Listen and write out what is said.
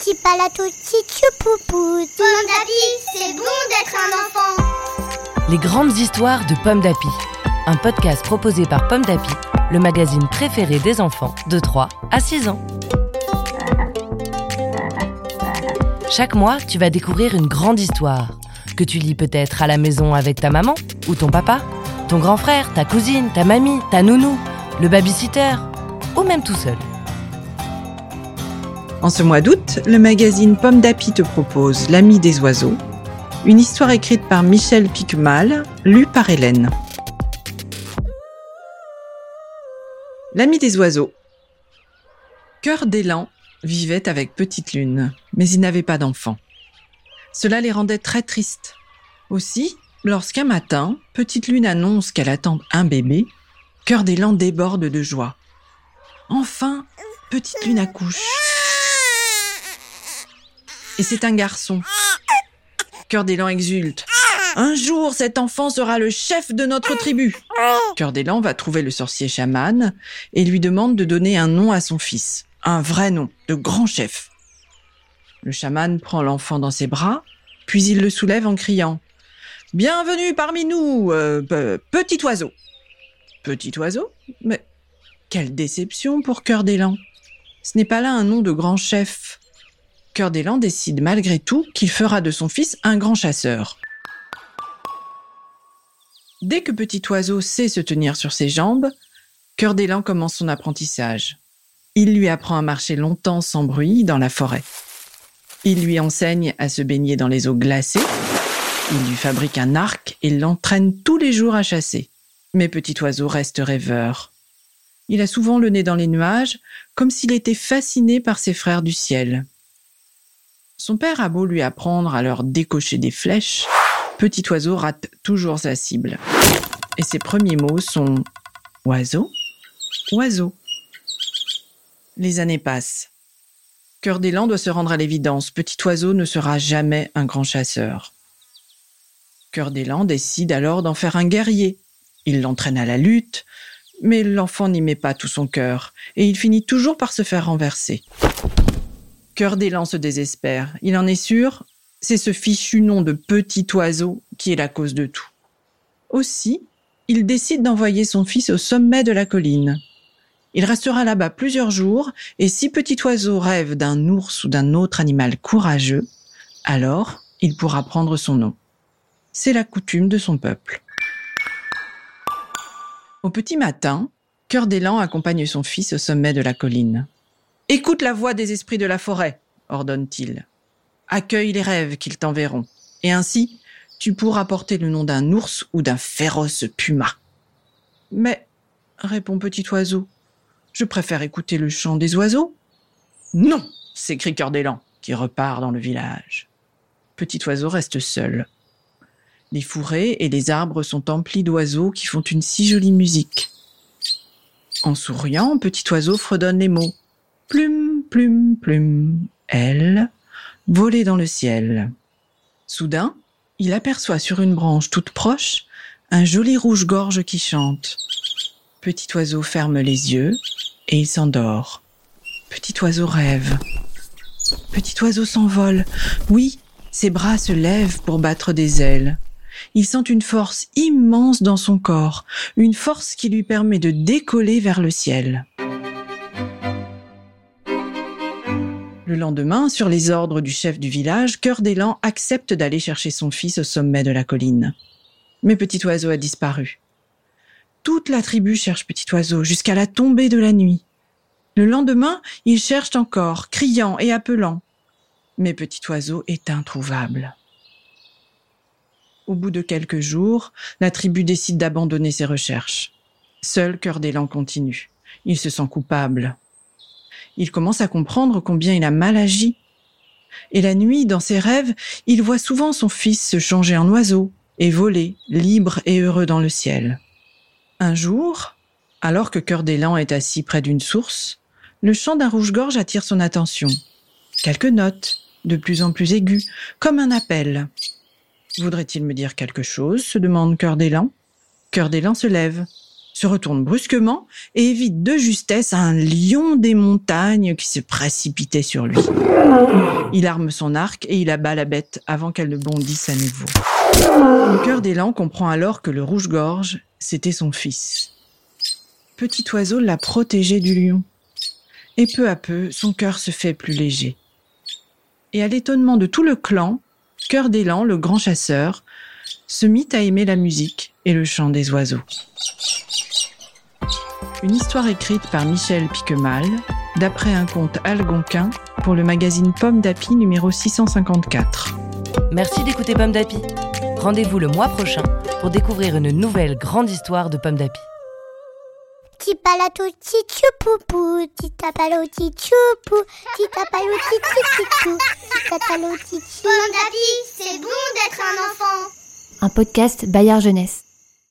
Tutti palatucci tchoupoupou. Pomme d'Api, c'est bon d'être un enfant. Les grandes histoires de Pomme d'Api. Un podcast proposé par Pomme d'Api, le magazine préféré des enfants de 3 à 6 ans. Chaque mois, tu vas découvrir une grande histoire que tu lis peut-être à la maison avec ta maman ou ton papa, ton grand frère, ta cousine, ta mamie, ta nounou, le babysitter ou même tout seul. En ce mois d'août, le magazine Pomme d'Api te propose L'ami des oiseaux, une histoire écrite par Michel Piquemal, lue par Hélène. L'ami des oiseaux. Cœur d'élan vivait avec Petite Lune, mais ils n'avaient pas d'enfant. Cela les rendait très tristes. Aussi, lorsqu'un matin, Petite Lune annonce qu'elle attend un bébé, Cœur d'élan déborde de joie. Enfin, Petite Lune accouche. Et c'est un garçon. Cœur d'élan exulte. Un jour, cet enfant sera le chef de notre tribu. Cœur d'élan va trouver le sorcier chaman et lui demande de donner un nom à son fils. Un vrai nom, de grand chef. Le chaman prend l'enfant dans ses bras, puis il le soulève en criant « Bienvenue parmi nous, petit oiseau !» Petit oiseau ? Mais quelle déception pour Cœur d'élan. Ce n'est pas là un nom de grand chef. Cœur d'élan décide malgré tout qu'il fera de son fils un grand chasseur. Dès que Petit oiseau sait se tenir sur ses jambes, Cœur d'élan commence son apprentissage. Il lui apprend à marcher longtemps sans bruit dans la forêt. Il lui enseigne à se baigner dans les eaux glacées. Il lui fabrique un arc et l'entraîne tous les jours à chasser. Mais Petit oiseau reste rêveur. Il a souvent le nez dans les nuages, comme s'il était fasciné par ses frères du ciel. Son père a beau lui apprendre à leur décocher des flèches, Petit oiseau rate toujours sa cible. Et ses premiers mots sont « oiseau, oiseau ». Les années passent. Cœur d'élan doit se rendre à l'évidence. Petit oiseau ne sera jamais un grand chasseur. Cœur d'élan décide alors d'en faire un guerrier. Il l'entraîne à la lutte, mais l'enfant n'y met pas tout son cœur, et il finit toujours par se faire renverser. Cœur d'élan se désespère. Il en est sûr, c'est ce fichu nom de petit oiseau qui est la cause de tout. Aussi, il décide d'envoyer son fils au sommet de la colline. Il restera là-bas plusieurs jours, et si Petit oiseau rêve d'un ours ou d'un autre animal courageux, alors il pourra prendre son nom. C'est la coutume de son peuple. Au petit matin, Cœur d'élan accompagne son fils au sommet de la colline. « Écoute la voix des esprits de la forêt », ordonne-t-il. « Accueille les rêves qu'ils t'enverront, et ainsi tu pourras porter le nom d'un ours ou d'un féroce puma. »« Mais, » répond Petit oiseau, « je préfère écouter le chant des oiseaux. »« Non !» s'écrie Cœur d'élan, qui repart dans le village. Petit oiseau reste seul. Les fourrés et les arbres sont emplis d'oiseaux qui font une si jolie musique. En souriant, Petit oiseau fredonne les mots « Plume, plume, plume, elle, voler dans le ciel. » Soudain, il aperçoit sur une branche toute proche un joli rouge-gorge qui chante. Petit oiseau ferme les yeux et il s'endort. Petit oiseau rêve. Petit oiseau s'envole. Oui, ses bras se lèvent pour battre des ailes. Il sent une force immense dans son corps, une force qui lui permet de décoller vers le ciel. Le lendemain, sur les ordres du chef du village, Cœur d'élan accepte d'aller chercher son fils au sommet de la colline. Mais Petit oiseau a disparu. Toute la tribu cherche Petit oiseau jusqu'à la tombée de la nuit. Le lendemain, ils cherchent encore, criant et appelant. Mais Petit oiseau est introuvable. Au bout de quelques jours, la tribu décide d'abandonner ses recherches. Seul Cœur d'élan continue. Il se sent coupable. Il commence à comprendre combien il a mal agi. Et la nuit, dans ses rêves, il voit souvent son fils se changer en oiseau et voler, libre et heureux dans le ciel. Un jour, alors que Cœur d'élan est assis près d'une source, le chant d'un rouge-gorge attire son attention. Quelques notes, de plus en plus aiguës, comme un appel. Voudrait-il me dire quelque chose ? Se demande Cœur d'élan. Cœur d'élan se lève. se retourne brusquement et évite de justesse un lion des montagnes qui se précipitait sur lui. Il arme son arc et il abat la bête avant qu'elle ne bondisse à nouveau. Le cœur d'élan comprend alors que le rouge-gorge, c'était son fils. Petit Oiseau l'a protégé du lion. Et peu à peu, son cœur se fait plus léger. Et à l'étonnement de tout le clan, Cœur d'élan, le grand chasseur, se mit à aimer la musique et le chant des oiseaux. Une histoire écrite par Michel Piquemal, d'après un conte algonquin pour le magazine Pomme d'Api numéro 654. Merci d'écouter Pomme d'Api. Rendez-vous le mois prochain pour découvrir une nouvelle grande histoire de Pomme d'Api. Tipalato tichupoupou, titapalo tichoupou, titapalo tichichichou, titapalo tichi. Pomme d'Api, c'est bon d'être un enfant. Un podcast Bayard Jeunesse.